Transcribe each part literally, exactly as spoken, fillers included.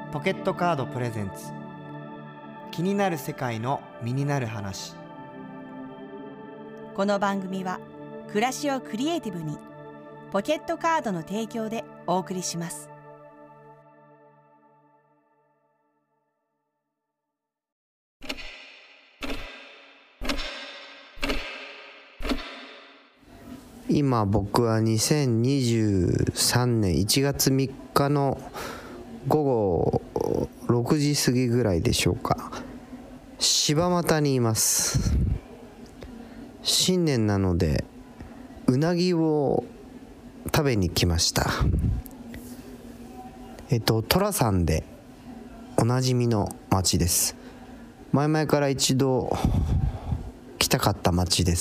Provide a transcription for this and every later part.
ポケットカードプレゼンツ、気になる世界の身になる話。 この番組は暮らしをクリエイティブにポケットカードの提供でお送りします。 今僕はにせんにじゅうさんねんいちがつみっかのごごろくじ過ぎぐらいでしょうか。柴又にいます。新年なのでうなぎを食べに来ました。えっと寅さんでおなじみの町です。前々から一度来たかった町です。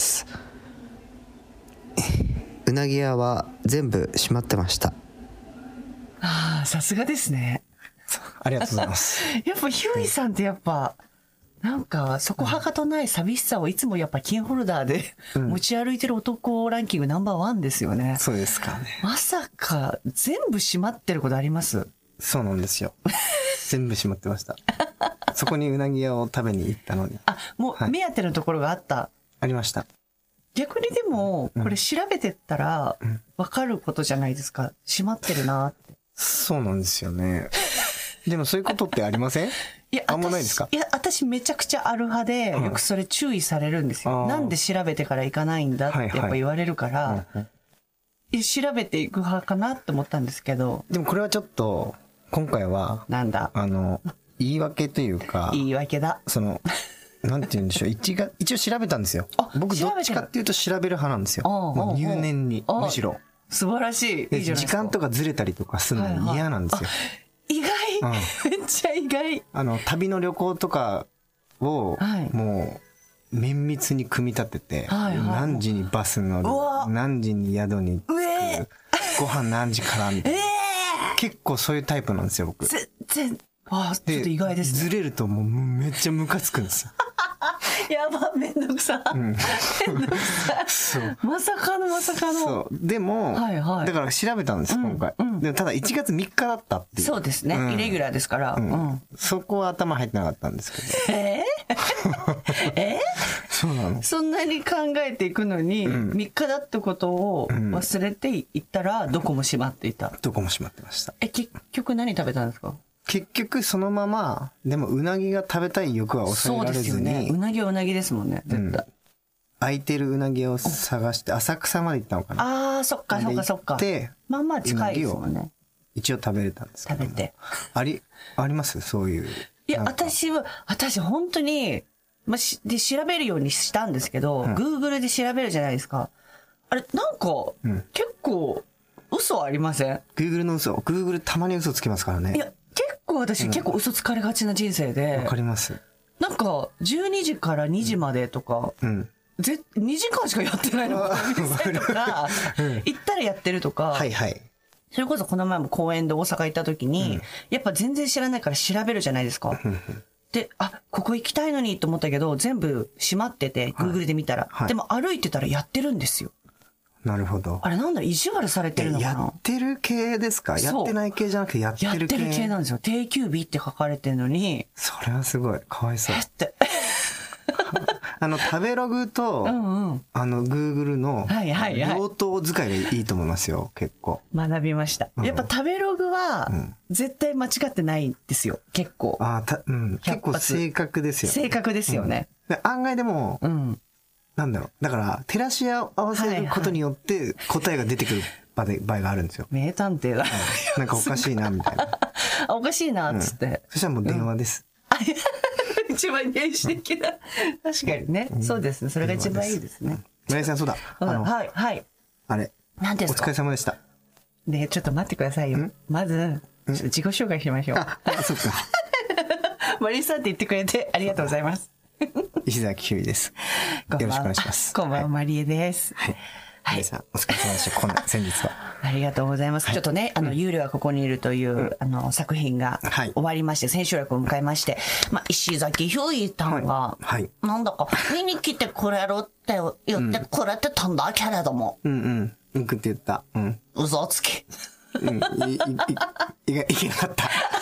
うなぎ屋は全部閉まってました。 ああ、さすがですね。 ありがとうございます。 やっぱヒューイさんってやっぱなんかそこはかとない寂しさをいつもやっぱキーホルダーで、うん、持ち歩いてる男ランキングナンバーワンですよね。 そうですかね。 まさか全部閉まってることあります？ そうなんですよ。全部閉まってました。そこにうなぎ屋を食べに行ったのに。 あ、もう目当てのところがあった。はい、 ありました。 逆にでもこれ調べてったら分かることじゃないですか。閉まってるなって。 そうなんですよね。でもそういうことってありません？いや、あんまないですか？ いや、私めちゃくちゃある派で、よくそれ注意されるんですよ。なんで調べてから行かないんだってやっぱ言われるから、いや調べていく派かなって思ったんですけど。 でもこれはちょっと今回はなんだあの言い訳というか、 言い訳だ。 そのなんて言うんでしょう。一が一応調べたんですよ。僕どっちかっていうと調べる派なんですよ。もう入念に、むしろ。 素晴らしい。いいじゃないですか。 時間とかずれたりとかするの嫌なんですよ。 意外、うん、めっちゃ意外。 あの旅の旅行とかを、はい、もう綿密に組み立てて、はいはい、何時にバス乗る、何時に宿に着く、ご飯何時からみたいな、えー、結構そういうタイプなんですよ僕。 全然。ああ、ちょっと意外ですね。 ずれるともうめっちゃムカつくんですよ。 やば、めんどくさ。うん、めんどくさ。そう。まさかのまさかの。そう。 でも、はいはい、だから調べたんです、今回。うんうん、でもただいちがつみっかだったっていう。 そうですね。うん、イレギュラーですから、うんうん。 そこは頭入ってなかったんですけど。 えー、えー、 そうなの。 そんなに考えていくのに、うん、みっかだってことを忘れていったら、どこも閉まっていた。 どこも閉まってました。 え、結局何食べたんですか？ 結局そのままでもうなぎが食べたい欲は抑えられずに。そうですよね。 うなぎはうなぎですもんね、絶対。うん、 空いてるうなぎを探して浅草まで行ったのかな。 ああ、そっかそっかそっか。で、まあまあ近いですもんね。 一応食べれたんですけど。 食べて。 ありありますそういう。 いや私は私本当にまあしで調べるようにしたんですけど、うん、Google で調べるじゃないですか。あれなんか、うん、結構嘘ありません？ Google の嘘。Google たまに嘘つきますからね。 いや。結構私、うん、結構嘘つかれがちな人生で。 わかります。 なんかじゅうにじからにじまでとか、うん、ぜにじかんしかやってないのか店とか、うん、行ったらやってるとか、 はいはい。 それこそこの前も公園で大阪行った時に、うん、やっぱ全然知らないから調べるじゃないですか。で、あ、ここ行きたいのにと思ったけど全部閉まってて、Google で見たら、はい、でも歩いてたらやってるんですよ。 なるほど。 あれなんだろう、意地悪されてるのかな。 やってる系ですか？やってない系じゃなくてやってる系。 やってる系なんですよ。定休日って書かれてるのに。 それはすごいかわいそう。えってあの食べログと、うんうん、あの Google の両党使いがいいと思いますよ。結構学びました。うん、やっぱ食べログは絶対間違ってないんですよ。結構。 あた、うん、結構正確ですよね。 正確ですよね。 うん、で案外でも。うんなんだろう。だから、照らし合わせることによって答えが出てくる場で、場合があるんですよ。 名探偵だ。 うん、なんかおかしいな、みたいな。 あ、おかしいな、つって。うん、 そしたらもう電話です。 うん、一番原始的な。確かにね、うん。そうですね。それが一番いいですね。 村井さん、そうだ。 あのはい、はい。 あれ。 何ですか？ お疲れ様でした。 ねちょっと待ってくださいよ。まず、自己紹介しましょう。 あ、あそっか。 マリーさんって言ってくれてありがとうございます。 石崎ひゅういです。よろしくお願いします。 こんばんは、マリエです。 はい。はい。さん、お疲れ様でした。この先日は。 ありがとうございます。ちょっとね、あの、幽霊はここにいるという、あの、作品が終わりまして、千秋楽を迎えまして、まあ、石崎ひゅういさんが、はい。なんだか、見に来てくれるって言ってくれてたんだけれども。 うんうん。行くって言った。うん。 嘘つき。 うん。い、い、い、いけなかった。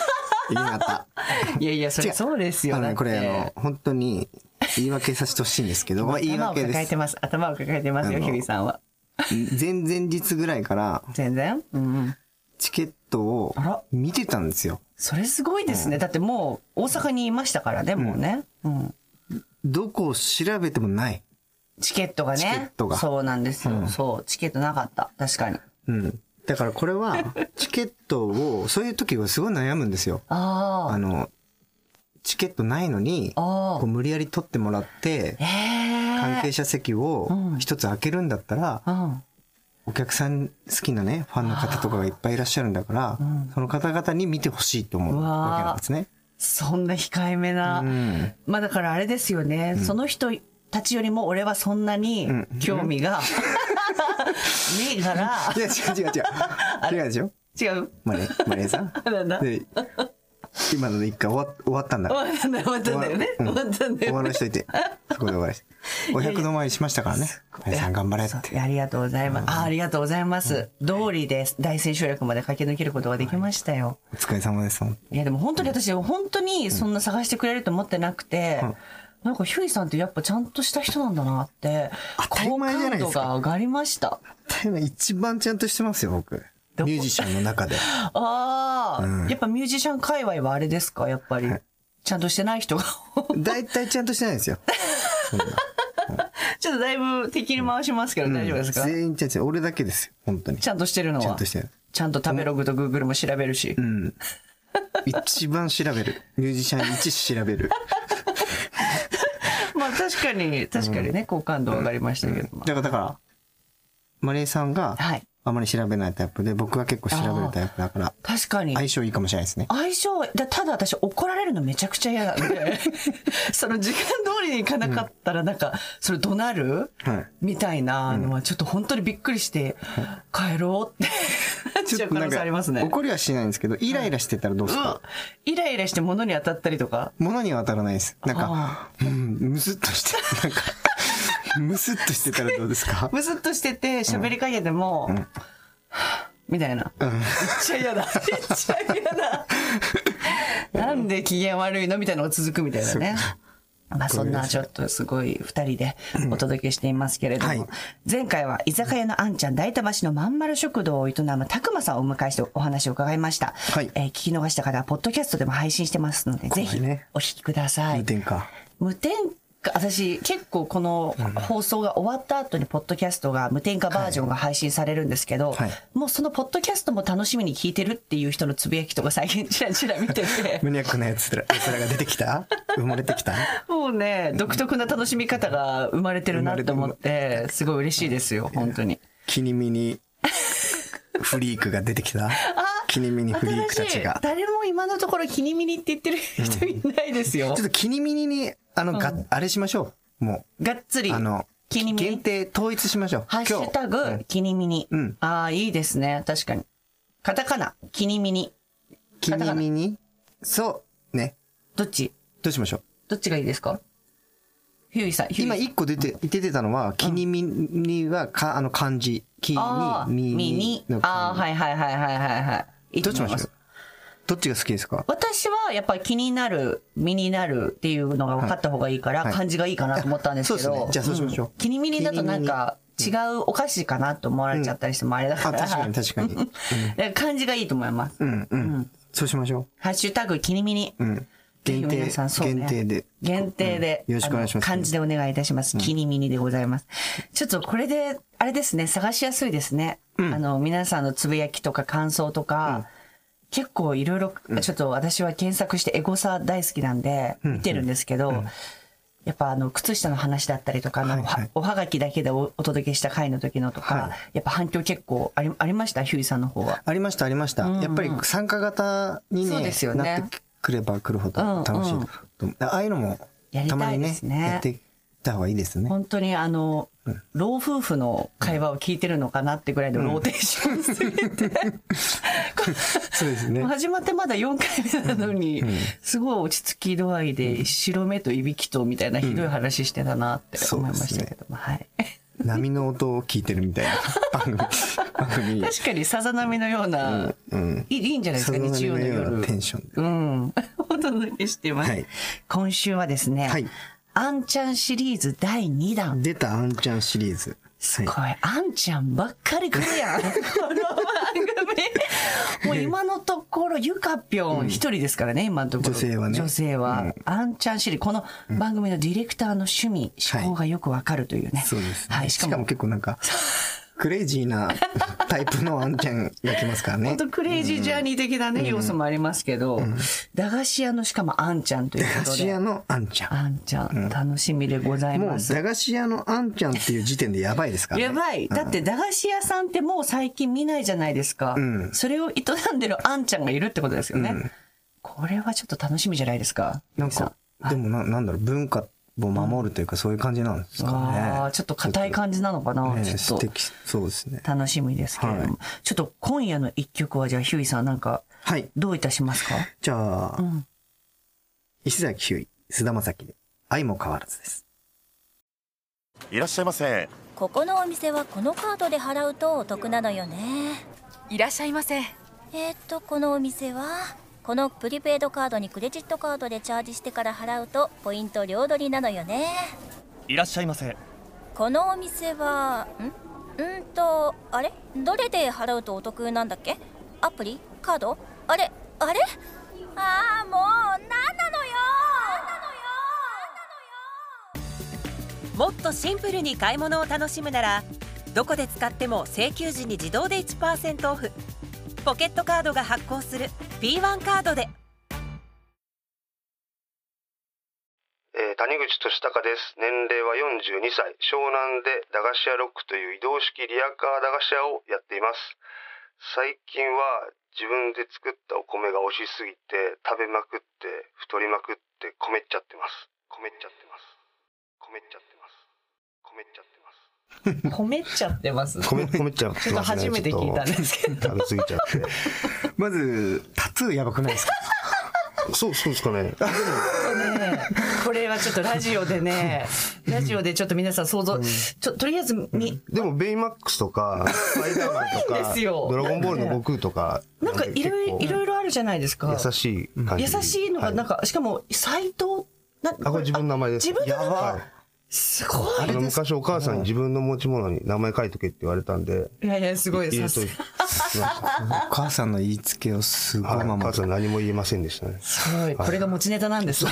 言えなかった。 いやいや、それそうですよ。 あの、ね、これあの、本当に言い訳させてほしいんですけど、まあ言い訳です。 頭を抱えてます。頭を抱えてますよ、日比さんは。 前々日ぐらいから、 全然うん。 チケットを見てたんですよ。 それすごいですね。うん、だってもう大阪にいましたからね、もうね。うん。 どこを調べてもない。 チケットがね。チケットが。そうなんですよ。うん、そう。チケットなかった。確かに。 うん。だからこれは、チケットを、そういう時はすごい悩むんですよ。ああ。あの、チケットないのに、こう無理やり取ってもらって、関係者席を一つ開けるんだったら、うん、お客さん好きなね、ファンの方とかがいっぱいいらっしゃるんだから、うん、その方々に見てほしいと思うわけなんですね。 そんな控えめな。うん、まあだからあれですよね、うん、その人たちよりも俺はそんなに興味が、うん、ねえから。 いや違う違う違う。違うでしょ違うマレー、マレーさん。 なんだで今ので一回終わ終わったんだ。 終わったんだ、終わったんだよね。終わったんだよね。 終わらしといて。そこで終わらしお百度参りしましたからね。皆さん頑張れって。 ありがとうございます。あ、ありがとうございます。通りで大千秋楽まで駆け抜けることができましたよ。 お疲れ様です。 いやでも本当に私、本当にそんな探してくれると思ってなくて、なんかヒュイさんってやっぱちゃんとした人なんだなって、好感度が上がりました。 一番ちゃんとしてますよ、僕。ミュージシャンの中で。 ああ、うん、やっぱミュージシャン界隈はあれですかやっぱり。ちゃんとしてない人が。 大体ちゃんとしてないですよ。そんなちょっとだいぶ敵に回しますけど、うん、大丈夫ですか？ 全員ちゃんと、俺だけですよ、本当に。 ちゃんとしてるのは。 ちゃんとしてる。 ちゃんと食べログとグーグルも調べるし。 うん。一番調べる。ミュージシャン一調べる。 まあ確かに、確かにね、好感度上がりましたけど。 うん、だから、だから、マレーさんが、はい。あまり調べないタイプで、僕は結構調べるタイプだから、 確かに相性いいかもしれないですね。 相性だ、ただ私怒られるのめちゃくちゃ嫌なんで、その時間通りに行かなかったらなんか、それ怒鳴る、はい、みたいなのはちょっと本当にびっくりして、帰ろうってなっちゃう可能性ありますね。 怒りはしないんですけど、イライラしてたらどうですか？ うん、イライラして物に当たったりとか？ 物には当たらないです。なんか、うん、むすっとして、なんか、むすっとしてたらどうですか？ むすっとしてて喋りかけても、うんうんみたいな。めっちゃ嫌だ。めっちゃ嫌だ。なんで機嫌悪いのみたいなのが続くみたいなね。まあそんなちょっとすごい二人でお届けしていますけれども、はい、前回は居酒屋のあんちゃん大田橋のまんまる食堂を営むたくまさんをお迎えしてお話を伺いました。はい、えー、聞き逃した方はポッドキャストでも配信してますので、ぜひお聞きください。 無添加。 無添加。私結構この放送が終わった後にポッドキャストが無添加バージョンが配信されるんですけど、はい、もうそのポッドキャストも楽しみに聞いてるっていう人のつぶやきとか最近チラチラ見ててマニアックなやつらが出てきた生まれてきたもうね独特な楽しみ方が生まれてるなと思ってすごい嬉しいですよ本当に。 キニミニフリークが出てきたキニミニフリークたちが。 誰も今のところキニミニって言ってる人いないですよ、 うん、ちょっとキニミニにあの、うん、があれしましょう。もうがっつりあのキニミニ限定統一しましょう。 ハッシュタグ、うん、キニミニ、うん、ああいいですね。確かにカタカナキニミニキニミニそうね。 どっちどうしましょう。 どっちがいいですか？ヒューイさん。 今一個出て、出てたのは、キニミニはか、あの漢字。キニミニの漢字。 ああ、はいはいはいはいはいはい。 どっちましょう？どっちが好きですか？ 私はやっぱり気になる、身になるっていうのが分かった方がいいから、はい、漢字がいいかなと思ったんですけど。 そうですね。じゃあそうしましょう。うん、 気にミニだとなんか違うお菓子かなと思われちゃったりしてもあれだから。うん、あ、 確かに確かに。 うん、漢字がいいと思います。 うんうん。うん、そうしましょう。 ハッシュタグ気にミニ。うん限定、ね、限定で。 限定で、 うん。よろしくお願いします。 漢字でお願いいたします。キニミニでございます。うん、ちょっとこれで、あれですね、探しやすいですね。うん、あの、皆さんのつぶやきとか感想とか、うん、結構いろいろ、ちょっと私は検索してエゴサ大好きなんで、見てるんですけど、うんうん、やっぱあの、靴下の話だったりとか、はいはい、おはがきだけで お, お届けした回の時のとか、はい、やっぱ反響結構ありありましたヒューイさんの方は。 ありました、ありました。うんうん、やっぱり参加型に、ね、 そうですよね。 なってくれば来るほど楽しい、うんうん、ああいうのもたまにねやっていった方がいいですね。 本当にあの、うん、老夫婦の会話を聞いてるのかなってぐらいのローテーションすぎて、うん、 そうですね。 始まってまだよんかいめなのに、うん、すごい落ち着き度合いで白目といびきとみたいなひどい話してたなって思いましたけども、うん、はい。 波の音を聞いてるみたいな番組番組確かにさざ波のような、うんうん、いいんじゃないですか、日曜の夜テンションで、 うん、お届けしてます、はい、今週はですね、はい、あんちゃんシリーズだいにだん。 出たあんちゃんシリーズ。 すごい、はい、あんちゃんばっかり来るやんこの番組。もう今のところゆかぴょん一人ですからね、うん、今のところ女性はね、 女性は、うん、あんちゃんシリーズ、この番組のディレクターの趣味、うん、思考がよくわかるというね、 はい、そうですね、 はい、 しかも、しかも結構なんかクレイジーなタイプのあんちゃんが来ますからね。 本当クレイジージャーニー的なね、うん、要素もありますけど、うん、駄菓子屋のしかもあんちゃんということで。 駄菓子屋のあんちゃん。 あんちゃん、うん、楽しみでございます。 もう駄菓子屋のあんちゃんっていう時点でやばいですからね。 やばい。だって駄菓子屋さんってもう最近見ないじゃないですか。うん、それを営んでるあんちゃんがいるってことですよね。うん、これはちょっと楽しみじゃないですか。 なんか、でもな、なんだろう、文化を守るというかそういう感じなんですかね。 ああ、ちょっと硬い感じなのかな。 ね、 ちょっと素敵、そうですね。 楽しみですけれども、はい、ちょっと今夜の一曲はじゃあヒューイさんなんかどういたしますか。はい、 じゃあ、うん、石崎ひゅうい、菅田将暉で愛も変わらずです。 いらっしゃいませ。 ここのお店はこのカードで払うとお得なのよね。 いらっしゃいませ。 えー、っとこのお店はこのプリペイドカードにクレジットカードでチャージしてから払うとポイント両取りなのよね。 いらっしゃいませ。 このお店はんんとあれどれで払うとお得なんだっけ。アプリカードあれあれあーもうなんなのよもっとシンプルに買い物を楽しむならどこで使っても請求時に自動で いちパーセント オフ。ポケットカードが発行する ピーワン カードで。 えー、谷口俊孝です。年齢はよんじゅうにさい。湘南で駄菓子屋ロックという移動式リアカー駄菓子屋をやっています。最近は自分で作ったお米が美味しすぎて食べまくって太りまくって米っちゃってます。米っちゃってます。米っちゃってます。米っちゃってます。 米っちゃってます。 米米っちゃってます、ね。 ちょっと初めて聞いたんですけど。 食べ過ぎちゃって。 まずタトゥーやばくないですか。 そうそうですかね。 ねこれはちょっとラジオでね、ラジオでちょっと皆さん想像、うん、ちょとりあえずみ、 でもベイマックスとかスパイダーマンとかドラゴンボールの悟空とかなんかいろいろいろいろあるじゃないですか。 優しい感じ。 優しいのがなんか、はい、しかも斎藤なあこれ自分の名前です。 自分の名前。 はいすごい。 あの昔お母さんに自分の持ち物に名前書いとけって言われたんで。 いやいやすごいです。 お母さんの言いつけをすごいまま。 お母さん何も言えませんでしたね。 すごい。これが持ちネタなんですね。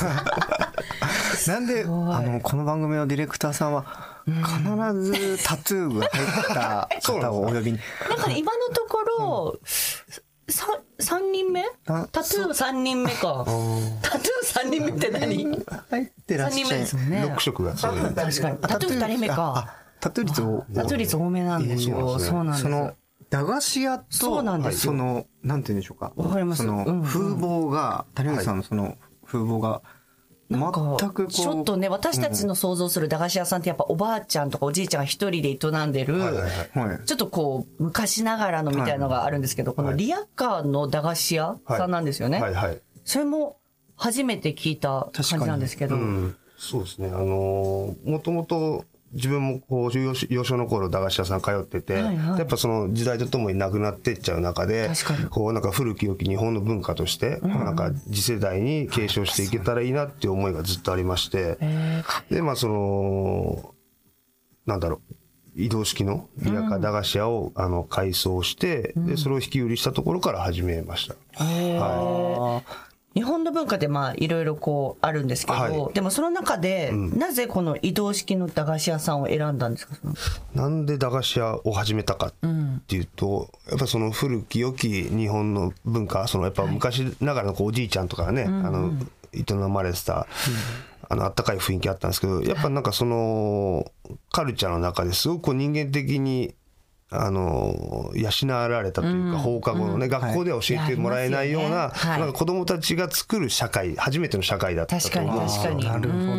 なんであのこの番組のディレクターさんは必ずタトゥーが入った方をお呼びに。 なんか今のところ。ささんにんめタトゥーさんにんめか。タトゥーさんにんめって何。 入ってらっしゃる。 ろく色が強い。 確かにタトゥーふたりめか。 タトゥー率多タトゥー率多めなんですよ。そうなんです。 その駄菓子屋とそのなんて言うんでしょうか。 わかります。 その風貌が谷口さんのその風貌が全くちょっとね私たちの想像する駄菓子屋さんってやっぱおばあちゃんとかおじいちゃんが一人で営んでるちょっとこう昔ながらのみたいなのがあるんですけどこのリアカーの駄菓子屋さんなんですよね。それも初めて聞いた感じなんですけど。 そうですね。あのもともと自分もこう幼少の頃駄菓子屋さん通ってて、はいはい、やっぱその時代とともになくなってっちゃう中でこうなんか古き良き日本の文化として、うん、なんか次世代に継承していけたらいいなっていう思いがずっとありまして、でまあそのなんだろう移動式のリアカー駄菓子屋をあの改装して、うん、でそれを引き売りしたところから始めました。 はい。日本の文化でまあいろいろこうあるんですけど、はい、でもその中で、うん、なぜこの移動式の駄菓子屋さんを選んだんですか。 なんで駄菓子屋を始めたかっていうと、うん、やっぱその古き良き日本の文化、そのやっぱ昔ながらのこうおじいちゃんとかね、はい、あの営まれてた、うん、あのあったかい雰囲気あったんですけど、やっぱなんかそのカルチャーの中ですごくこう人間的にあの養われたというか、放課後のね、学校では教えてもらえないような、なんか子供たちが作る社会、初めての社会だったと思うんですよ。 確かに確かに。 なるほど。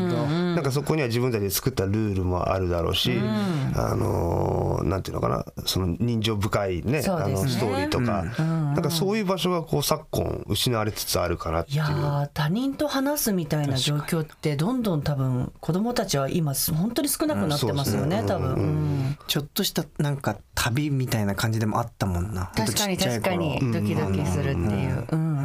なんかそこには自分たちで作ったルールもあるだろうし、うん、あのー、なんていうのかな、その人情深いね、あのストーリーとか、うん、なんかそういう場所がこう昨今失われつつあるかなっていう。いや他人と話すみたいな状況ってどんどん多分子どもたちは今本当に少なくなってますよね、うん、多分、うん、 ちょっとしたなんか旅みたいな感じでもあったもんな。 確かに確かにドキドキするっていう、うんうんうん、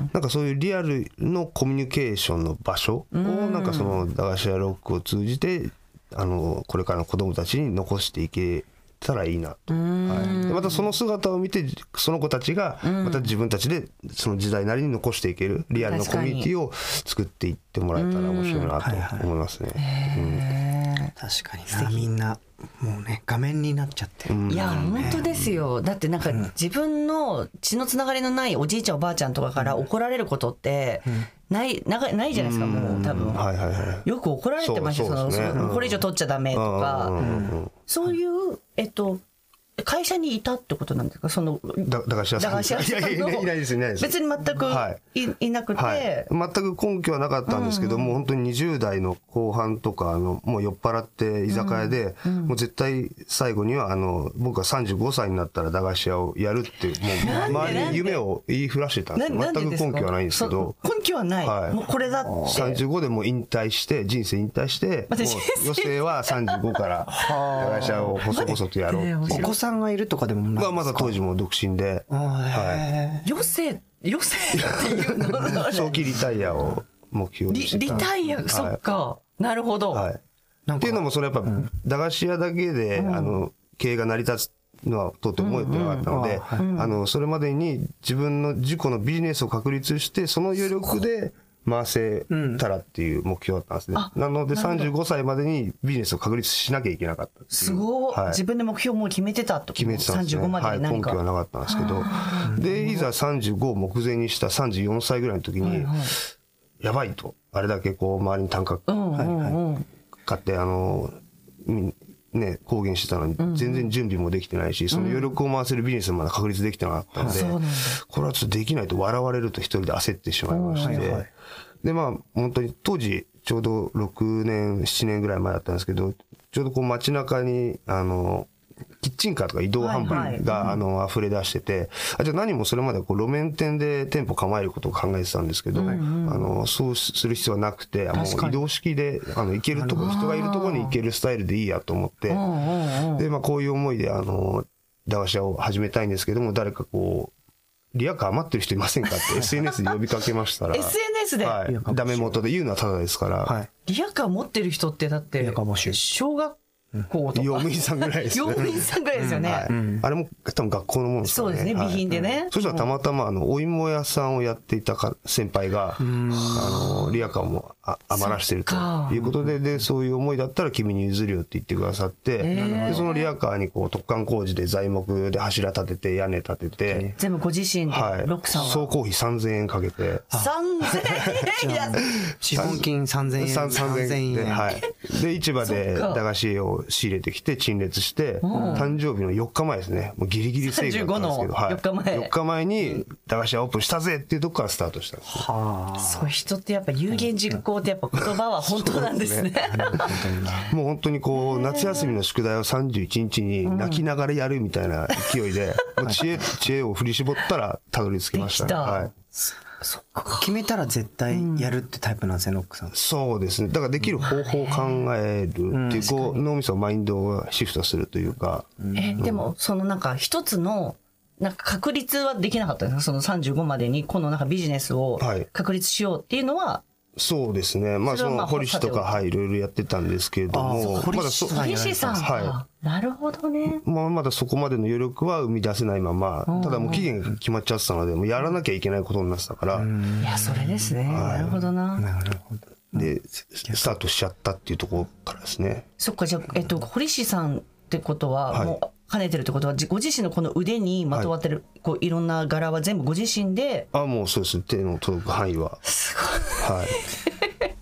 なんかそういうリアルのコミュニケーションの場所をなんかその駄菓子屋ロックを通じてあのこれからの子どもたちに残していけたらいいなと、はい、でまたその姿を見てその子たちがまた自分たちでその時代なりに残していけるリアルのコミュニティを作っていってもらえたら面白いなと思いますね。 確かにな、みんなもうね画面になっちゃってる、 いや本当ですよ。だってなんか自分の血のつながりのないおじいちゃんおばあちゃんとかから怒られることってないなないじゃないですか。もう多分、はいはいはい、よく怒られてました。その、そのこれ以上取っちゃダメとか、そういうえっと会社にいたってことなんですか。そのだ駄菓子屋さん。駄菓子屋さんのいやいやいないですいないです。 別に全く い,、はい、いなくて、はい、 全く根拠はなかったんですけど、うんうん、もう本当ににじゅう代の後半とかあのもう酔っ払って居酒屋で、うんうん、もう絶対最後にはあの僕はさんじゅうごさいになったら駄菓子屋をやるってもう周りに夢を言いふらしてたんですよ。全く根拠はないんですけど。 根拠はない。はい、もうこれだって。 さんじゅうごでもう引退して人生引退して、もう余生はさんじゅうごから駄菓子屋を細々とやろうっていう。 お子さんがいるとかでもまあ、まだ当時も独身で、 はい、余生余生っていうの長期リタイアを目標にしてた。 リタイア、はい、そっか、なるほど、はい、 っていうのもそれやっぱ、うん、駄菓子屋だけで、うん、あの経営が成り立つのはとても思ってなかったので、うんうん、あのそれまでに自分の自己のビジネスを確立してその余力で回せたらっていう目標だったんですね。うん、なのでさんじゅうごさいまでにビジネスを確立しなきゃいけなかったっていう。 すごい、はい、自分で目標も決めてたと。 決めてたんですね。さんじゅうごまでに何か、はい、根拠はなかったんですけど、でいざさんじゅうごを目前にしたさんじゅうよんさいぐらいの時に、はいはい、やばいと、あれだけこう周りに単価買ってあのね、公言してたのに全然準備もできてないし、その余力を回せるビジネスもまだ確立できてなかったので、これはちょっとできないと笑われると一人で焦ってしまいまして、でまあ本当に当時ちょうどろくねんななねんぐらい前だったんですけど、ちょうどこう街中にあのキッチンカーとか移動販売があの溢れ出してて、あじゃあ何もそれまでこう路面店で店舗構えることを考えてたんですけど、あのそうする必要はなくて、もう移動式であの行けるところ、人がいるところに行けるスタイルでいいやと思って、でまあこういう思いであの駄菓子屋を始めたいんですけども、誰かこうリアカー余ってる人いませんかって エスエヌエス で呼びかけましたらエスエヌエス で、 はい、ダメ元で言うのはただですから、はい、 リアカー持ってる人ってだって小学校とか用務員さんぐらいですね。 用務員さんぐらいですよね、 はい、うん、あれも多分学校のものですからね。 そうですね、備品でね、はい、 そしたらたまたまあのお芋屋さんをやっていたか先輩があのリアカーも余らしてるということで、でそういう思いだったら君に譲るよって言ってくださって、でそのリアカーにこう突貫工事で材木で柱立てて屋根立てて全部ご自身で、はい、ロックさんは総工費さんぜんえんかけてさんぜんえんや資本金さんぜんえんさんぜんえんで、はい、で市場で駄菓子を仕入れてきて陳列して、誕生日のよっかまえですね、もうギリギリセーフだったんですけど、 よっかまえ、 よっかまえに駄菓子屋オープンしたぜっていうとこからスタートしたんです。 はあ、そういう人ってやっぱ有言実行ってやっぱ言葉は本当なんですね。 もう本当にこう夏休みの宿題をさんじゅういちにちに泣きながらやるみたいな勢いで、うん、知恵知恵を振り絞ったらたどり着きましたね。はい、 そっか、決めたら絶対やるってタイプなんですね、ノックさん。 そうですね。だからできる方法を考えるっていう、こう脳みそマインドをシフトするというか。 え、でもそのなんか一つのなんか確立はできなかったんですか。そのさんじゅうごまでにこのなんかビジネスを確立しようっていうのは。はい、 そうですね。まあその堀市とかはいろいろやってたんですけれども、 まだそ堀市さんか、はい、なるほどね。 まあまだそこまでの余力は生み出せないまま、ただもう期限が決まっちゃってたので、もうやらなきゃいけないことになってたから。 いやそれですね。はい、なるほどな。なるほど。でスタートしちゃったっていうところからですね。 そっか、じゃあえっと堀市さんってことはもう。はい、兼ねてるってことはご自身のこの腕にまとわってる、はい、こういろんな柄は全部ご自身で。 あ、もうそうです。手の届く範囲は。 すごい。はい。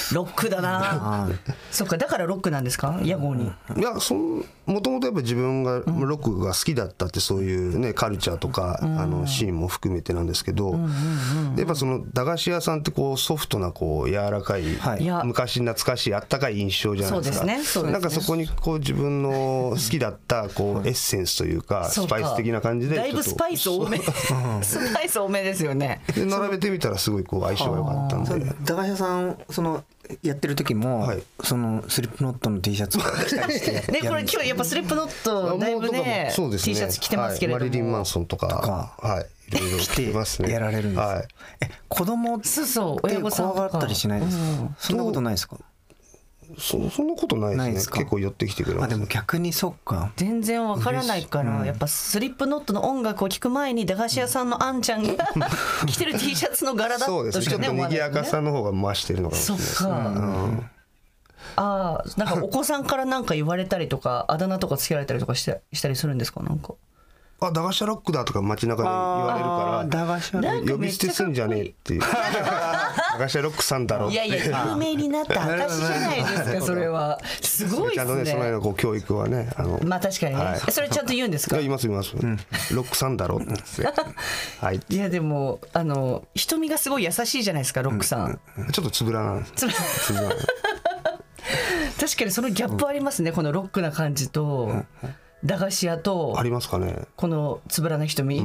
ロックだな。そっか、だからロックなんですか、屋号に。 いや、そんもともとやっぱ自分がロックが好きだったって、そういうねカルチャーとか、うん、あのシーンも含めてなんですけど、うんうんうん、やっぱその駄菓子屋さんってこうソフトなこう柔らかい、はい、昔懐かしいあったかい印象じゃないですか。そうですね、そうですね。なんかそこにこう自分の好きだったこうエッセンスというかスパイス的な感じでだいぶスパイス多めスパイス多めですよね。 で並べてみたらすごいこう相性が良かったんで。 駄菓子屋さんそのやってる時も、はい、そのスリップノットの T シャツを着たりしてやね、これ今日やっぱスリップノットだいぶね、そうですね、T シャツ着てますけれども、 はい、マリリン・マンソンとか、とかはい、いろいろ着てますね。やられるんです。はい、え、子供って親御さん怖がったりしないですか？うん、そんなことないですか？ そ, そんなことないですね。結構寄ってきてくれます。 あ、でも逆にそっか。 全然わからないから、うん、やっぱスリップノットの音楽を聴く前に駄菓子屋さんのあんちゃんが着てる T シャツの柄だとしかね思わないですね。 賑やかさの方が増してるのかもしれないですね。そっか。うん、 ああ、なんかお子さんからなんか言われたりとかあだ名とかつけられたりとかしてしたりするんですか？なんか。 あ、駄菓子屋ロックだとか街中で言われるから駄菓子屋呼び捨てすんじゃねえっていう駄菓子屋ロックさんだろって。 いやいや、有名になった証じゃないですか。それはすごいですね。 ちゃんとね、そのようなこう教育はね、あのまあ確かにね、はい、それちゃんと言うんですか？ 言います言います、うん、ロックさんだろって、 はい、いやでもあの瞳がすごい優しいじゃないですか、ロックさん、 うん、ちょっとつぶらなんです。つぶら確かにそのギャップありますね、このロックな感じと、うん駄菓子屋とありますかね、 このつぶらな瞳、うん、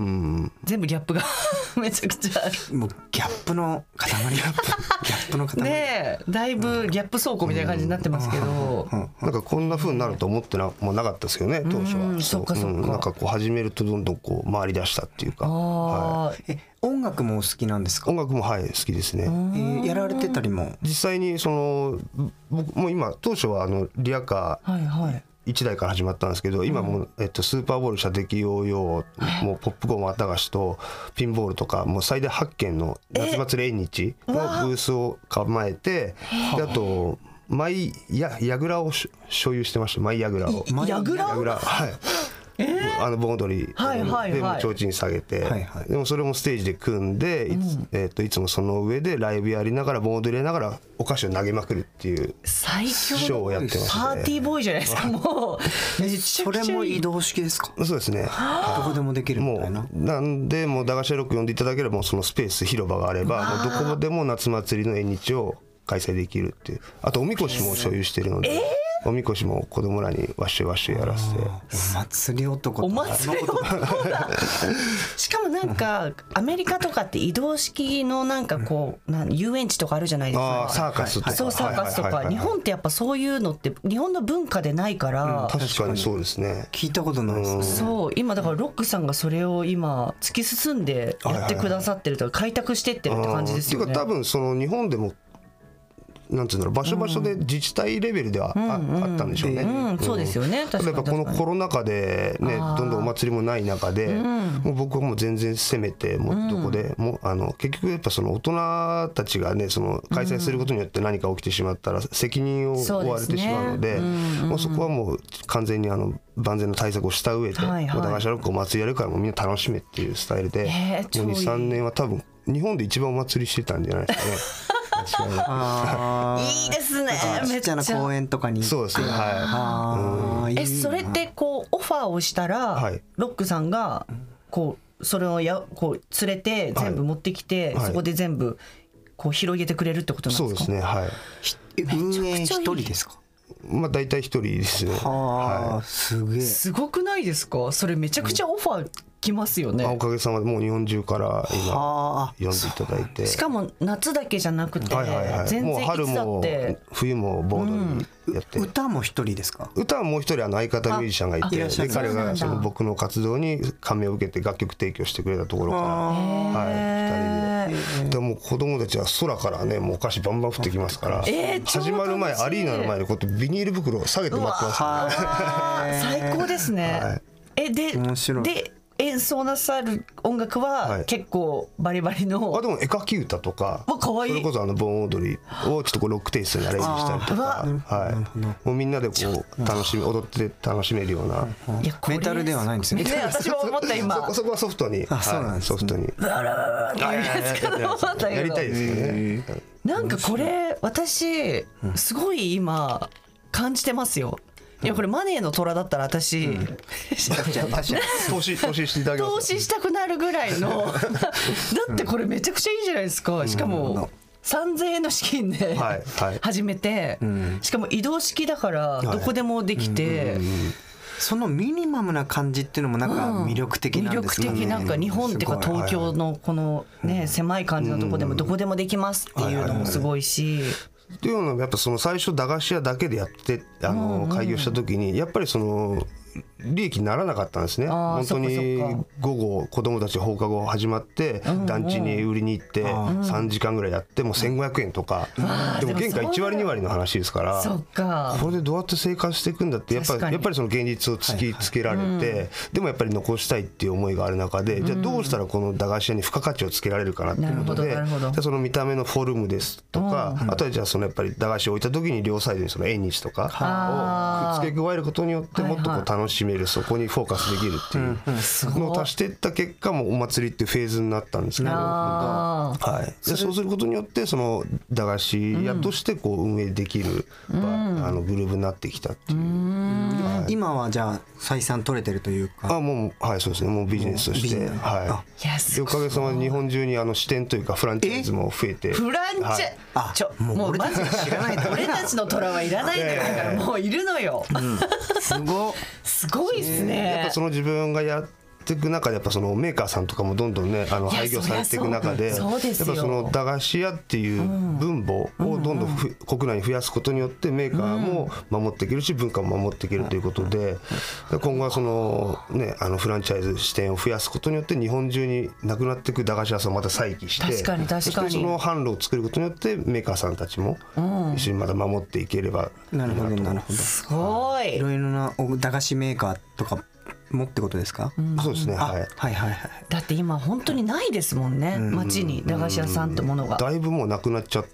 全部ギャップがめちゃくちゃある。 もうギャップの塊ギャップの塊ねえ、だいぶギャップ倉庫みたいな感じになってますけど、 うんうん、なんかこんな風になると思ってなもうなかったですよね当初は。うん、 そっかそっか、うん、 なんかこう始めるとどんどんこう回り出したっていうか。 はい、え音楽もお好きなんですか？ 音楽もはい好きですね。えー、やられてたりも実際にその僕も今当初はあのリアカー、はいはいいちだいから始まったんですけど、今もう、えっと、スーパーボール射的ヨーヨー、もうポップコーン綿菓子とピンボールとかもう最大はちけんの夏祭り縁日のブースを構えて、であとマイヤヤグラを所有してました。マイヤグラをヤグラ、 はい、えー、あの盆踊りでも提灯下げて、はいはい、でもそれもステージで組んでいつ、うんえー、といつもその上でライブやりながら盆踊りやりながらお菓子を投げまくるっていう最強ショーをやってましたね。 パーティーボーイじゃないですか。もうめちゃくちゃいい。 それも移動式ですか？ そうですね、 どこでもできるみたいな。 もうなんでもう駄菓子屋ロック呼んでいただければもうそのスペース広場があればもうどこでも夏祭りの縁日を開催できるっていう。あとおみこしも所有してるので、えーおみこしも子供らにワッシュワッシュやらせて。 お祭り男。 お祭り男だ。しかもなんかアメリカとかって移動式のなんかこうなん遊園地とかあるじゃないですか。 あサーカスとか。 そうサーカスとか。日本ってやっぱそういうのって日本の文化でないから。 うん、確かにそうですね。 聞いたことないですね。 そう今だからロックさんがそれを今突き進んでやってくださってるとか開拓してってるって感じですよね。 てか多分その日本でもなんていうんだろう場所場所で自治体レベルでは あ,、うん、あったんでしょうね、 うんうん、そうですよね。 例えばこのコロナ禍でねどんどんお祭りもない中で、うん、もう僕はもう全然攻めてもうどこで、うん、もうあの結局やっぱその大人たちがねその開催することによって何か起きてしまったら責任を負われてしまうので、 そうですね、うんうん、もうそこはもう完全にあの万全の対策をした上で、はいはい、駄菓子屋ロックお祭りやるからもうみんな楽しめっていうスタイルで、えー、もうにさんねんは多分日本で一番お祭りしてたんじゃないですかね。 あいいですね。 ちっちゃな公園とかに行って。 そうですね。はい。えそれってこうオファーをしたら、はい、ロックさんがこうそれをやこう連れて全部持ってきて、はい、そこで全部こう広げてくれるってことなんですか？ そうですね。はい。 運営一人ですか？ まあ大体一人ですね。 はあ、すげえ。 すごくないですか？それめちゃくちゃオファー来ますよね。 おかげさまでもう日本中から今呼んでいただいて、 しかも夏だけじゃなくて、はいはいはい、全然いつだってもう春も冬も盆踊りやって、 うん、歌も一人ですか？ 歌はもう一人あの相方ミュージシャンがいて、で彼がその僕の活動に感銘を受けて楽曲提供してくれたところから、はい、ふたりで、でも子供たちは空からねもうお菓子バンバン降ってきますから、えー、始まる前アリーナの前にこうやってビニール袋を下げて待ってますね。最高ですね。はい、えで面白いで演奏なさる音楽は結構バリバリの、 はい、あでも絵描き歌とかかわいい、 それこそあの盆踊りをちょっとこうロックテイストにアレンジしたりとか、はい、もうみんなでこう楽しみ踊って楽しめるような、 いやメタルではないんですね。 ね私も思った今そ, そこはソフトに、 あそうなんですね、 ソフトにやりたいですよね。 なんかこれ私すごい今感じてますよ。いやこれマネーの虎だったら私、うん、 投資投資していただきます。 投資したくなるぐらいのだってこれめちゃくちゃいいじゃないですか。しかもさんぜんえんの資金で始めて、しかも移動式だからどこでもできて、 そのミニマムな感じっていうのもなんか魅力的なんですね。 魅力的、なんか日本っていうか東京のこのね狭い感じのとこでもどこでもできますっていうのもすごいし。 っていうのはやっぱその最初駄菓子屋だけでやってあの開業した時にやっぱりその利益にならなかったんですね。本当に午後子供たち放課後始まって団地に売りに行ってさんじかんぐらいやってもうせんごひゃくえんとか、でも原価いちわりにわりの話ですから、これでどうやって生活していくんだってやっぱりやっぱりその現実を突きつけられて、でもやっぱり残したいっていう思いがある中で、じゃあどうしたらこの駄菓子屋に付加価値をつけられるかなっていうことで、その見た目のフォルムですとか、あとはじゃあそのやっぱり駄菓子を置いた時に両サイドにその縁日とかを付け加えることによってもっとこう楽しめる、そこにフォーカスできるっていうのを足していった結果もお祭りっていうフェーズになったんですけど、はい、でそうすることによってその駄菓子屋としてこう運営できる、うん、あのグループになってきたっていう、うん、 はい、今はじゃあ採算取れてるというか、 あもうはいそうですね、もうビジネスとして、はい、おかげさまで日本中にあの支店というかフランチャイズも増えて、 フランチャイズ、はい、あちょもう俺たち知らない俺たちの虎はいらないのよ、だからもういるのよ、うん、すごすごいっすね。 やっぱその自分がやっていく中でやっぱそのメーカーさんとかもどんどんねあの廃業されていく中で、やっぱその駄菓子屋っていう分母をどんどんふ、うんうん、国内に増やすことによってメーカーも守っていけるし文化も守っていけるということで、今後はそのねあのフランチャイズ支店を増やすことによって日本中になくなっていく駄菓子屋さんをまた再起して、 確かに確かに、 そしてその販路を作ることによってメーカーさんたちも一緒にまた守っていければいいなと。 なるほどなるほど、 すごいいろいろな駄菓子メーカーとかもってことですか？ うん、そうですね、はい、 はいはいはい。 だって今本当にないですもんね、街に駄菓子屋さんってものがだいぶもうなくなっちゃった、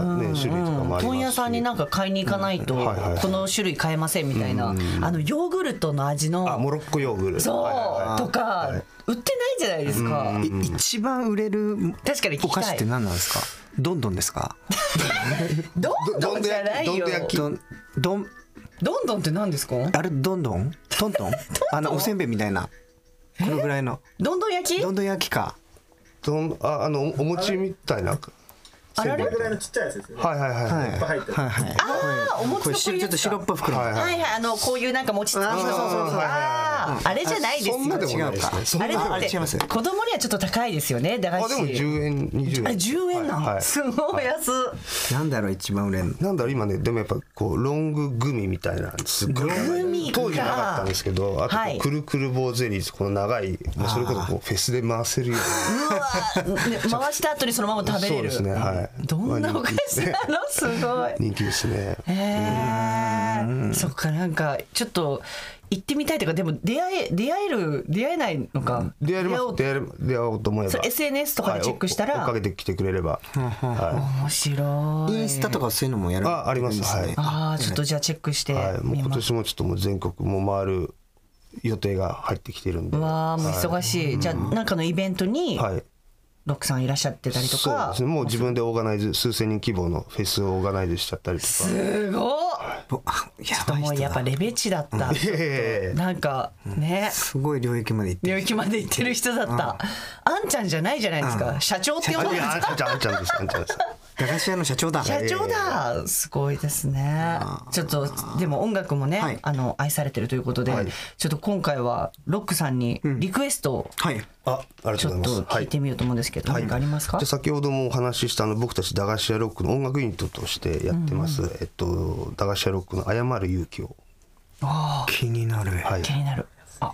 ね、種類とかもありますし、 問屋さんになんか買いに行かないとこの種類買えませんみたいな、あのヨーグルトの味のあモロッコヨーグルトそう、はいはいはい、とか、はい、売ってないじゃないですか。 一番売れる確かに聞きたいお菓子って何なんですか？どんどんですか？ どんどんじゃないよ。 どんどんどんどんって何ですか？ あれどんどんトントンあのおせんべいみたいなこのぐらいのどんどん焼き？ どんどん焼きか。 どんああのお餅みたいな。 あれぐらいのちっちゃいやつですね。 はいはいはいはい。いっぱい入ってる。はいはい。 ああ、お餅のちょっと白っぽい袋。 はいはいあのこういうなんか餅つきのそうそうそう。あああれじゃないですよ。 そんなでもないですね。 あれだって子供にはちょっと高いですよね。駄菓子。 あでもじゅうえんにじゅうえん。 あじゅうえんなの。すごい安。 なんだろう一番売れるの。 なんだろう今ねでもやっぱこうロンググミみたいなすごい当時なかったんですけど、あとくるくる棒ゼリーこの長いそれこそこうフェスで回せるような。うわ回した後にそのまま食べれる。 そうですねはい。 どんなお菓子なのすごい人気ですね。 へえ。そっかなんかちょっと行ってみたいとかでも出会え出会える出会えないのか。 出会えます出会え出会おうと思えば。 エスエヌエス とかでチェックしたら、 はい、追っかけてきてくれれば。 はい、面白い。 インスタとかそういうのもやる。 あありますはい。 ああちょっとじゃあチェックして。 はい。もう今年もちょっともう全国も回る予定が入ってきてるんで。 わあもう忙しい。はい、じゃあなんかのイベントに。はい。ロックさんいらっしゃってたりとか。 そうですね、もう自分でオーガナイズ数千人規模のフェスをオーガナイズしちゃったりとか。 すごい。ちょっともうやっぱレベチだった。なんかね、 すごい領域まで行って領域まで行ってる人だった。あんちゃんじゃないじゃないですか。社長って呼んでるんですか？ あんちゃんあんちゃんですあんちゃんです。 駄菓子屋の社長だ。 社長だ。すごいですね。ちょっとでも音楽もね、はい、あの愛されてるということで、はい、ちょっと今回はロックさんにリクエストを、 はい、 あ、ありがとうございます。 ちょっと聞いてみようと思うんですけど、はい、何かありますか？ じゃ先ほどもお話ししたあの僕たち駄菓子屋ロックの音楽ユニットとしてやってます。うんうん、えっと駄菓子屋ロックの謝る勇気を。 ああ、気になる。 はい、気になる。あ、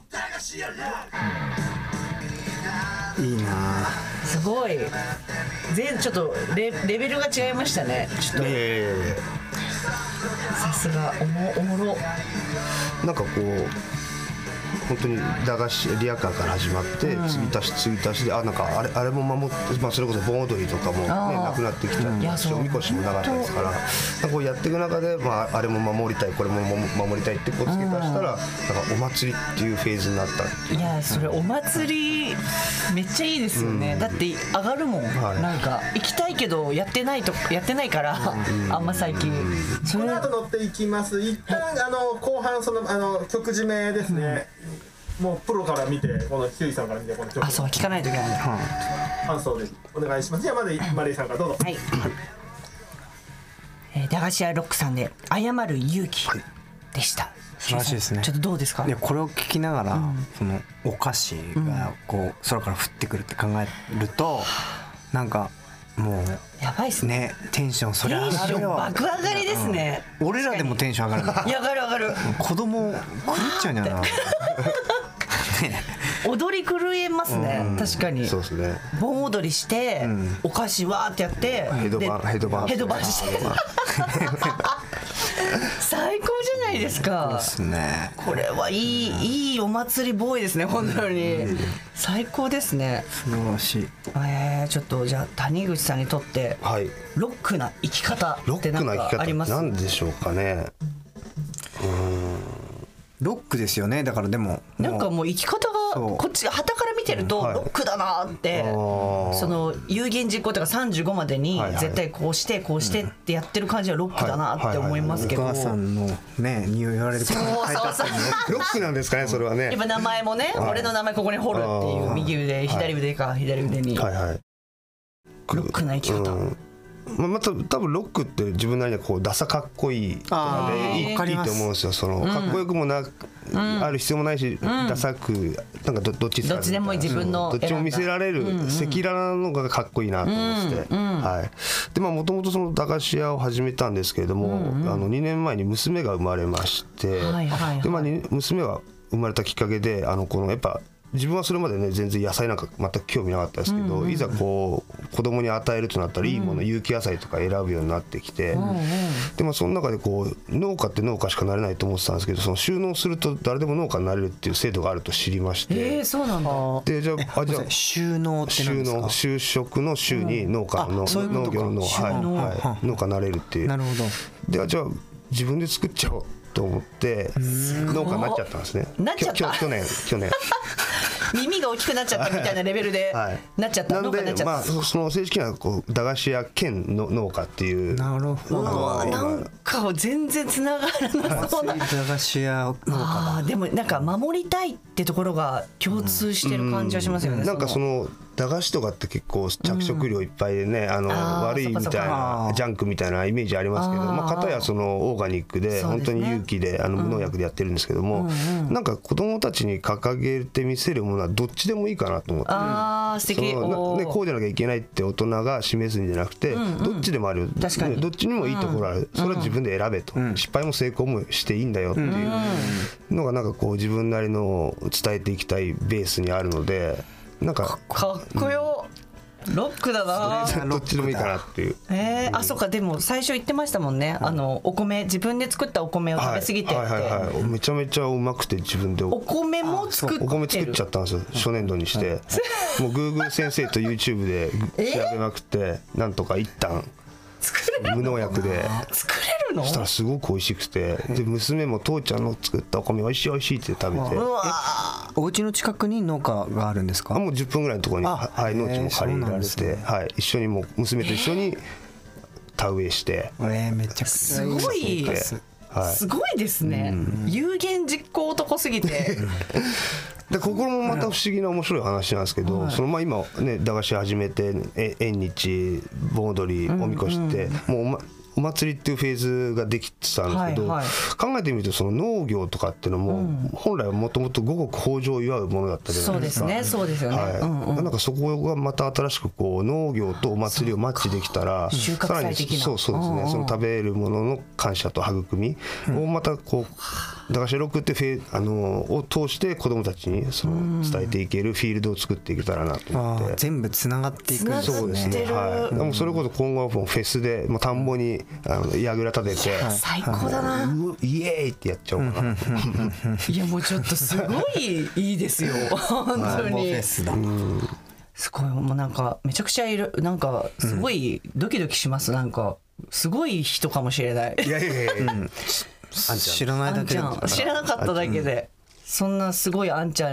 うん、いいな。 すごい。全ちょっと レ, レベルが違いましたね。ちょっと。えー、さすがおもおもろ。 なんかこう。本当に駄菓子リアカーから始まって継ぎ足し継ぎ足しであなんかあれあれも守って、まあ、それこそ盆踊りとかも、ね、なくなってきちゃっておみこしもなかったですからなんかこうやっていく中で、まあ、あれも守りたいこれも守りたいってこう付け足したらなんかお祭りっていうフェーズになったっていう。 いやそれお祭りいめっちゃいいですよね、うん、だって上がるもん、はい、なんか行きたいけどやってないとやってないから、うん、あんま最近、うん、 その後乗っていきます。一旦あの後半そのあの曲締めですね、うん、もうプロから見てこのひゅういさんから見てこの曲あそう聞かないといけないんだ、 感想でお願いします。じゃあまずマリーさんからどうぞ。 はい、えー、駄菓子屋ロックさんで謝る勇気でした、はい、 素晴らしいですね。 ちょっとどうですか。 いやこれを聞きながら、うん、そのお菓子がこう空から降ってくるって考えると、うん、なんかもうやばいっすね。 テンションそれテンション爆上がりですね、 うん、俺らでもテンション上がる。 いや上がる上がる。 子供狂っちゃうんじゃないな。 踊り狂えますね、うん、確かに。 そうですね。 盆踊りして、うん、お菓子わーってやってヘドバンヘドバンヘドバンして最高じゃないですか。 そうですね。 これはいい、うん、いいお祭りボーイですね本当に、うん、最高ですね。 素晴らしい。 えー、ちょっとじゃあ谷口さんにとって、はい、ロックな生き方って何かあります？ ロックな生き方なんでしょうかね。 うーんロックですよね。だからでもなんかもう生き方がこっち旗から見てるとロックだなって、はい、その有言実行とかさんじゅうごまでに絶対こうしてこうしてってやってる感じはロックだなって思いますけど、 お母さんのね匂い言われるからそうそうそうロックなんですかねそれはね。 やっぱ名前もね、はい、俺の名前ここに彫るっていう右腕左腕か左腕に、はいはい、ロックな生き方、うんまあ、また多分ロックって自分なりにこうダサかっこいいとかでいいと思うんですよ。そのかっこよくもな、うん、ある必要もないし、うん、ダサくなんか ど, どっちどっちでもいい自分のどっちも見せられる赤裸々なのがかっこいいなと思って、うんうんはい、でまあもともとその駄菓子屋を始めたんですけれども、うんうん、あのにねんまえに娘が生まれまして、はいはいはい、でまあ娘が生まれたきっかけであのこのやっぱ自分はそれまでね全然野菜なんか全く興味なかったですけど、うんうん、いざこう子供に与えるとなったらいいもの、うん、有機野菜とか選ぶようになってきて、うんうん、でもその中でこう農家って農家しかなれないと思ってたんですけどその収納すると誰でも農家になれるっていう制度があると知りまして、 えー、そうなんだ。 でじゃあ、あじゃあ収納って何ですか？収納就職の収に農家の、うん、農業の、はいはい、農家になれるっていう。 なるほど。 でじゃあ自分で作っちゃおうと思って農家になっちゃったんですね。 なっちゃった。 去年去年耳が大きくなっちゃったみたいなレベルでなっちゃった、はい、 なのでまあその正式なこう駄菓子屋兼の農家っていう。 なるほど。 なんか全然つながらなそうな駄菓子屋農家だ。 あでもなんか守りたいってところが共通してる感じはしますよね、 うん、なんかその駄菓子とかって結構着色料いっぱいでね、うん、あのあ悪いみたいなジャンクみたいなイメージありますけど、まあ片やそのオーガニックで本当に有機であの無農薬でやってるんですけども、うん、なんか子供たちに掲げて見せるものはどっちでもいいかなと思って、 あー素敵。 そのねこうじゃなきゃいけないって大人が示すんじゃなくて、うんうん、どっちでもある。 確かにどっちにもいいところある、うん、それは自分で選べと、うん、失敗も成功もしていいんだよっていうのがなんかこう自分なりの伝えていきたいベースにあるので、なんかかっこよ、うん、ロックだな。 どっちでもいいかなっていう。 えー、あそうか。でも最初言ってましたもんね、あのお米自分で作ったお米を食べ過ぎてって、はいはいはいはい、 めちゃめちゃうまくて自分でお米も作ってる。 お米作っちゃったんですよ初年度にして、はい、もう Google 先生と YouTube で調べまくってなんとか一旦無農薬で作れるの？ そしたらすごく美味しくて、で娘も父ちゃんの作ったお米美味しい美味しいって食べて。 お家の近くに農家があるんですか？ あもうじゅっぷんぐらいのところに、はい、農地も借りられて、ねはい、一緒にもう娘と一緒に田植えして、 えー、めちゃくちゃすごい、はい、すごいですね、うん、有言実行男すぎてでここもまた不思議な面白い話なんですけど、はい、そのまあ今ね駄菓子始めて縁日盆踊りおみこしって、うんうん、もうお祭りっていうフェーズができてたんですけど、はいはい、考えてみるとその農業とかっていうのも、うん、本来はもともと五穀豊穣を祝うものだったじゃないですか。 そうですね、そうですよね、 はいうんうん、なんかそこがまた新しくこう農業とお祭りをマッチできたら収穫祭的なそうそうですね、うんうん、その食べるものの感謝と育みをまたこう駄菓子ロックってフェあのを通して子どもたちにその伝えていけるフィールドを作っていけたらなと思って、 全部つながっていくんですね。 そうですね、はい、でもそれこそ今後はフェスでもう田んぼにあの櫓立てて最高だな、 イエーイってやっちゃおうかな。 いやもうちょっとすごいいいですよ本当に。フェスだ、うんすごいもうなんかめちゃくちゃいるなんかすごいドキドキします、なんかすごい人かもしれない。 いやいやいや、うん、 知らないだけで知らなかっただけで、うん、そんなすごいあんちゃん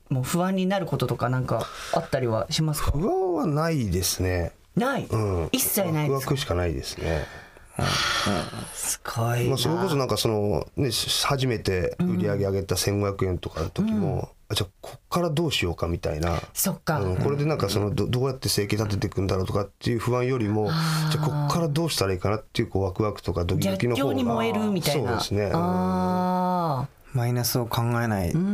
もう不安になることとかなんかあったりはしますか？ 不安はないですね。 ない、うん、一切ないですか？ ワクワクしかないですね。 すごいな。 まあ、それこそなんかその、ね、初めて売り上げ上げたせんごひゃくえんとかの時も、うん、あじゃあこっからどうしようかみたいな。 そっか、 うん、これでなんかその ど, どうやって生計立てていくんだろうとかっていう不安よりも、じゃあこっからどうしたらいいかなっていうこうワクワクとかドキドキの方が逆境に燃えるみたいな。 そうですね、 あマイナスを考えない、うん、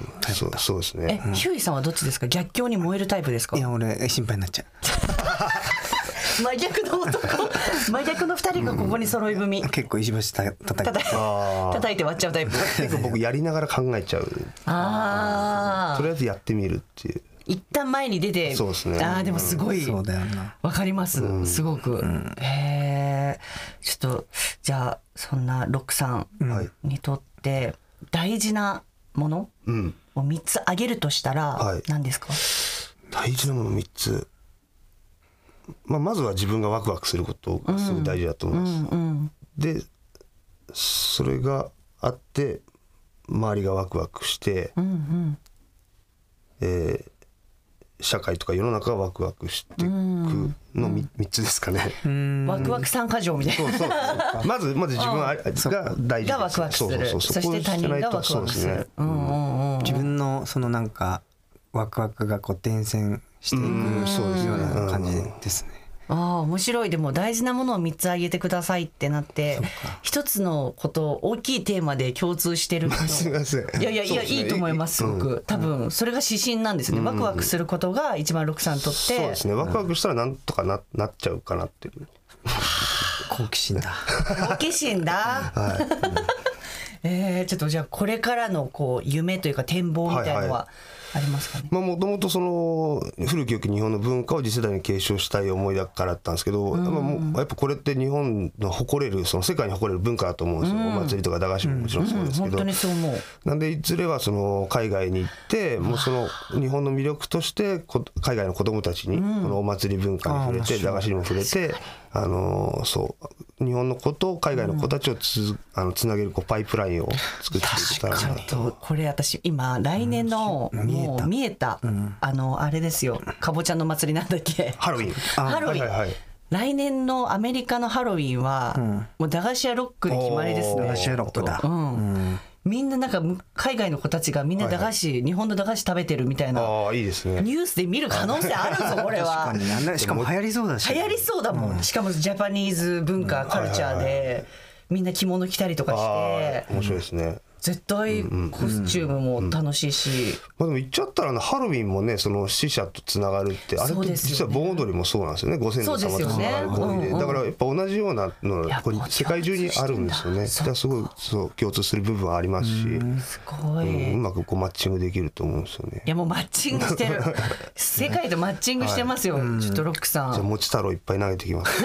そう、そうですね。 え、ヒューイさんはどっちですか？逆境に燃えるタイプですか？ いや俺心配になっちゃう真逆の男真逆のふたりがここに揃い踏み、 うん、結構石橋た叩いて叩いて割っちゃうタイプ結構僕やりながら考えちゃう。 あとりあえずやってみるっていう、 一旦前に出て。 そうですね。 あでもすごいそうだよな、 わかります、うん、すごく、うん、へえ。ちょっとじゃあそんなロックさんにとって大事なものをみっつ挙げるとしたら何ですか？ はい、大事なものみっつ、まあ、まずは自分がワクワクすることがすごい大事だと思います、うんうんうん、でそれがあって周りがワクワクして、うんうんえー、社会とか世の中がワクワクしていくの み,、うん、みっつですかね。 ワクワク参加条みたいな。そうそうまずまず自分が大事です。 がワクワクする。そして他人がワクワクする。 自分のそのなんかワクワクがこう伝染していくような感じですね。 ああ面白い。でも大事なものをみっつ挙げてくださいってなって一つのこと大きいテーマで共通してるすみません。 いやいやいや、ね、いいと思いますすごく、うん、多分それが指針なんですね、うん、ワクワクすることが一番ロックさんにとって。 そうですね、ワクワクしたらなんとか な, なっちゃうかなっていう好奇心だ好奇心だ、はいえー、ちょっとじゃあこれからのこう夢というか展望みたいなのはありますかね。 もともとその古き良き日本の文化を次世代に継承したい思いだからだったんですけど、うん、もうやっぱこれって日本の誇れるその世界に誇れる文化だと思うんですよ、うん、お祭りとか駄菓子ももちろんそうですけど、うんうん、 本当にそう思う。 なんでいずれはその海外に行ってもうその日本の魅力として海外の子どもたちにこのお祭り文化に触れて、うん、駄菓子にも触れてあのそう日本の子と海外の子たちを つ,、うん、あのつなげるこうパイプラインを作っていけたらなと。 これ私今来年の、うん、もう見えた、うん、あのあれですよ、かぼちゃの祭りなんだっけ、 ハロウィン。 ハロウィン、はいはいはい、来年のアメリカのハロウィンは、うん、もう駄菓子屋ロックで決まりですね。 駄菓子屋ロックだ、 うんうんみんななんか海外の子たちがみんな駄菓子、はいはい、日本の駄菓子食べてるみたいな、 あいいですね、 ニュースで見る可能性あるぞこれは。 確かにしかも流行りそうだし、 流行りそうだもん、うん、しかもジャパニーズ文化、うん、カルチャーで、はいはいはい、みんな着物着たりとかして面白いですね。 絶対コスチュームも楽しいし、うんうんうん、 まあ、でも言っちゃったらハロウィンもねその死者とつながるってあれって実は盆踊りもそうなんですよね。ご先祖様とつながる行為で、だからやっぱ同じようなのが世界中にあるんですよね。だからすごいそう共通する部分はありますし、うん、 すごい、 うん、うまくこうマッチングできると思うんですよね。 いやもうマッチングしてる世界とマッチングしてますよ、はい、ちょっとロックさん、 じゃあ餅太郎いっぱい投げてきます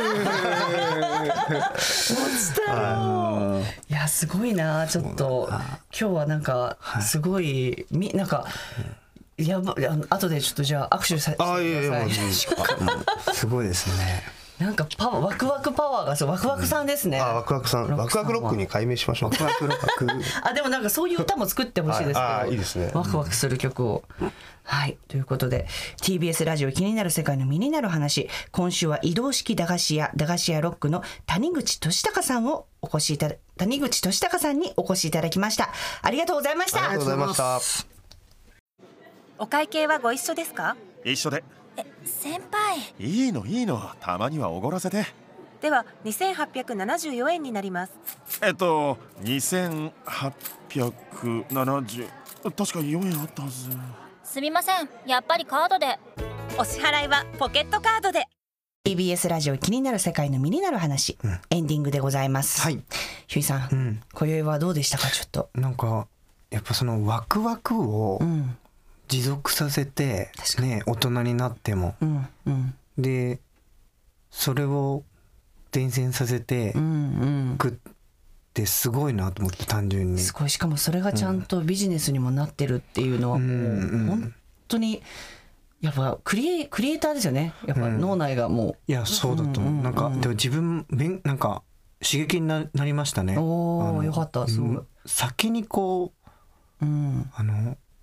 餅太郎、いやすごいな。ちょっと今日はなんかすごい、みなんかやば後でちょっとじゃあ握手させてください。あいやいやすごいですね。 なんかパワーワクワクパワーがそうワクワクさんですね、うん、 あワクワクさんワクワクロックに改名しましょう。ワクワクロックあでもなんかそういう歌も作ってほしいですけどあいいですね、 ワクワクする曲を、うん、はいということで ティービーエス ラジオ気になる世界の身になる話、今週は移動式駄菓子屋駄菓子屋ロックの谷口俊孝さんをお越しいただ谷口俊孝さんにお越しいただきました。ありがとうございました。 ありがとうございました。 お会計はご一緒ですか？ 一緒で。 え先輩いいのいいの、たまにはおごらせて。 ではにせんはっぴゃくななじゅうよえんになります。 えっとにせんはっぴゃくななじゅう、確かよえんあったはず。 すみません、やっぱりカードで。 お支払いはポケットカードで。 ティービーエス ラジオ気になる世界の身になる話、うん、エンディングでございます。 はい、 ひゅいさん、うん、今宵はどうでしたか？ちょっとなんかやっぱそのワクワクを持続させて、ね、大人になっても、うんうん、でそれを伝染させていくってすごいなと思って、単純にすごい。しかもそれがちゃんとビジネスにもなってるっていうのはもう本当にやっぱクリエ、クリエイターですよね。やっぱ脳内がもう、うん、 いやそうだと思う、うんうんうん、なんかでも自分なんか刺激に な, なりましたね。 おーよかった。すごい先にこう、うん、あの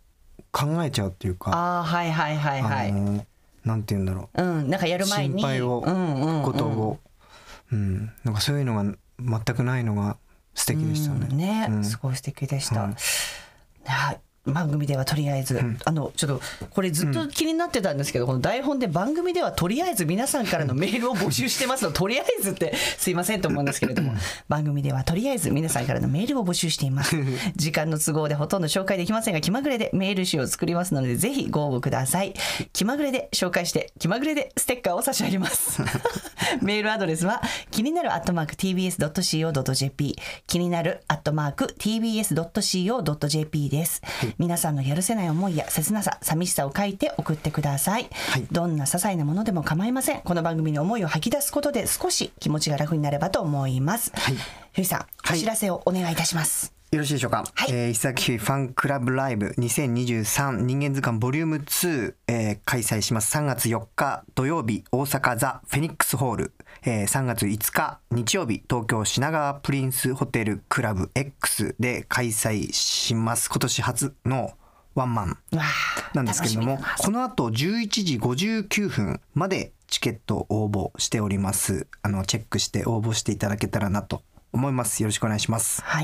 考えちゃうっていうか、 あ、はいはいはいはい、あのなんて言うんだろう、 うん、なんかやる前に心配を、うんうんうん、ことを、うん、なんかそういうのが全くないのが素敵でしたね。 うん、ね、うん、すごい素敵でした。うん、番組ではとりあえず、うん、あのちょっとこれずっと気になってたんですけど、うん、この台本で番組ではとりあえず皆さんからのメールを募集してますのとりあえずってすいませんと思うんですけれども、番組ではとりあえず皆さんからのメールを募集しています時間の都合でほとんど紹介できませんが、気まぐれでメール集を作りますのでぜひご応募ください。気まぐれで紹介して気まぐれでステッカーを差し上げますメールアドレスは気になるアットマーク ティービーエスドットシーオードットジェーピー 気になるアットマーク ティービーエスドットシーオードットジェーピー です。皆さんのやるせない思いや切なさ、寂しさを書いて送ってください、はい、どんな些細なものでも構いません。この番組に思いを吐き出すことで少し気持ちが楽になればと思います。はい、ひゅいさん、お知らせをお願いいたします。 よろしいでしょうか。はい、えー、石崎ひゅいファンクラブライブにせんにじゅうさん人間図鑑ボリュームツー、えー、開催します。さんがつよっか土曜日大阪ザ・フェニックスホール、えー、さんがついつか日曜日東京品川プリンスホテルクラブ X で開催します。今年初のワンマンなんですけれども、この後じゅういちじごじゅうきゅうふんまでチケット応募しております。あのチェックして応募していただけたらなと思います。よろしくお願いします。 はい。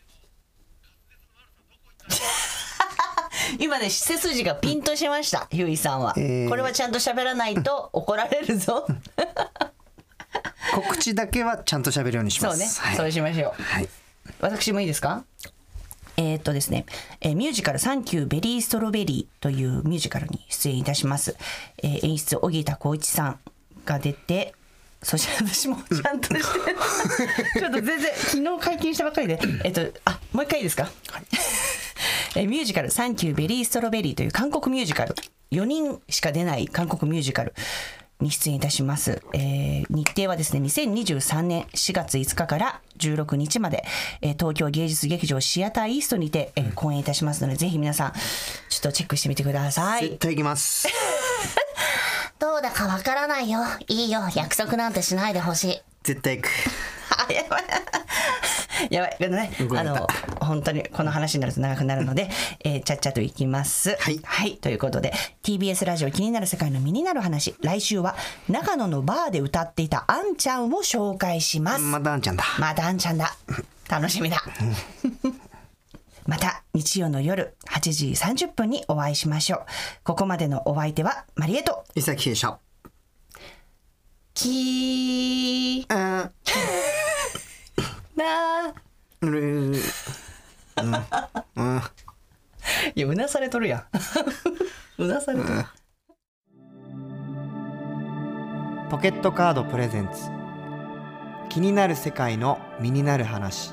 今ね背筋がピンとしました、ひゅういさんは、えー、これはちゃんと喋らないと怒られるぞ告知だけはちゃんと喋るようにします。 そうね、はい、そうしましょう、はい、私もいいですか。えーっとですね、えー、ミュージカルサンキューベリーストロベリーというミュージカルに出演いたします。えー、演出荻田浩一さんが出て、そして私もちゃんとしてちょっと全然昨日解禁したばっかりで、えっとあもう一回いいですか、はい、えー、ミュージカルサンキューベリーストロベリーという韓国ミュージカル、よにんしか出ない韓国ミュージカルに出演いたします。えー、日程はですねにせんにじゅうさんねんしがついつかからじゅうろくにちまで、えー、東京芸術劇場シアターイーストにて、えー、公演いたしますので、ぜひ皆さんちょっとチェックしてみてください。 絶対行きますどうだかわからないよ。いいよ、約束なんてしないでほしい。 絶対行くやばいやばい、あのね、あの本当にこの話になると長くなるので、えー、ちゃっちゃといきます。はい、はい、ということで ティービーエス ラジオ気になる世界の身になる話、来週は長野のバーで歌っていたあんちゃんを紹介します。 またあんちゃんだ。 またあんちゃんだ。楽しみだ。また日曜の夜はちじさんじゅっぷんにお会いしましょう。ここまでのお相手はマリエと伊崎でした。 きーあなあうるーうんうんいやうなされとるやんうなされとる、うん、 ポケットカードプレゼンツ、気になる世界の身になる話。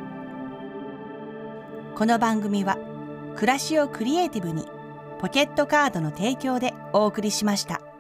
この番組は暮らしをクリエイティブにポケットカードの提供でお送りしました。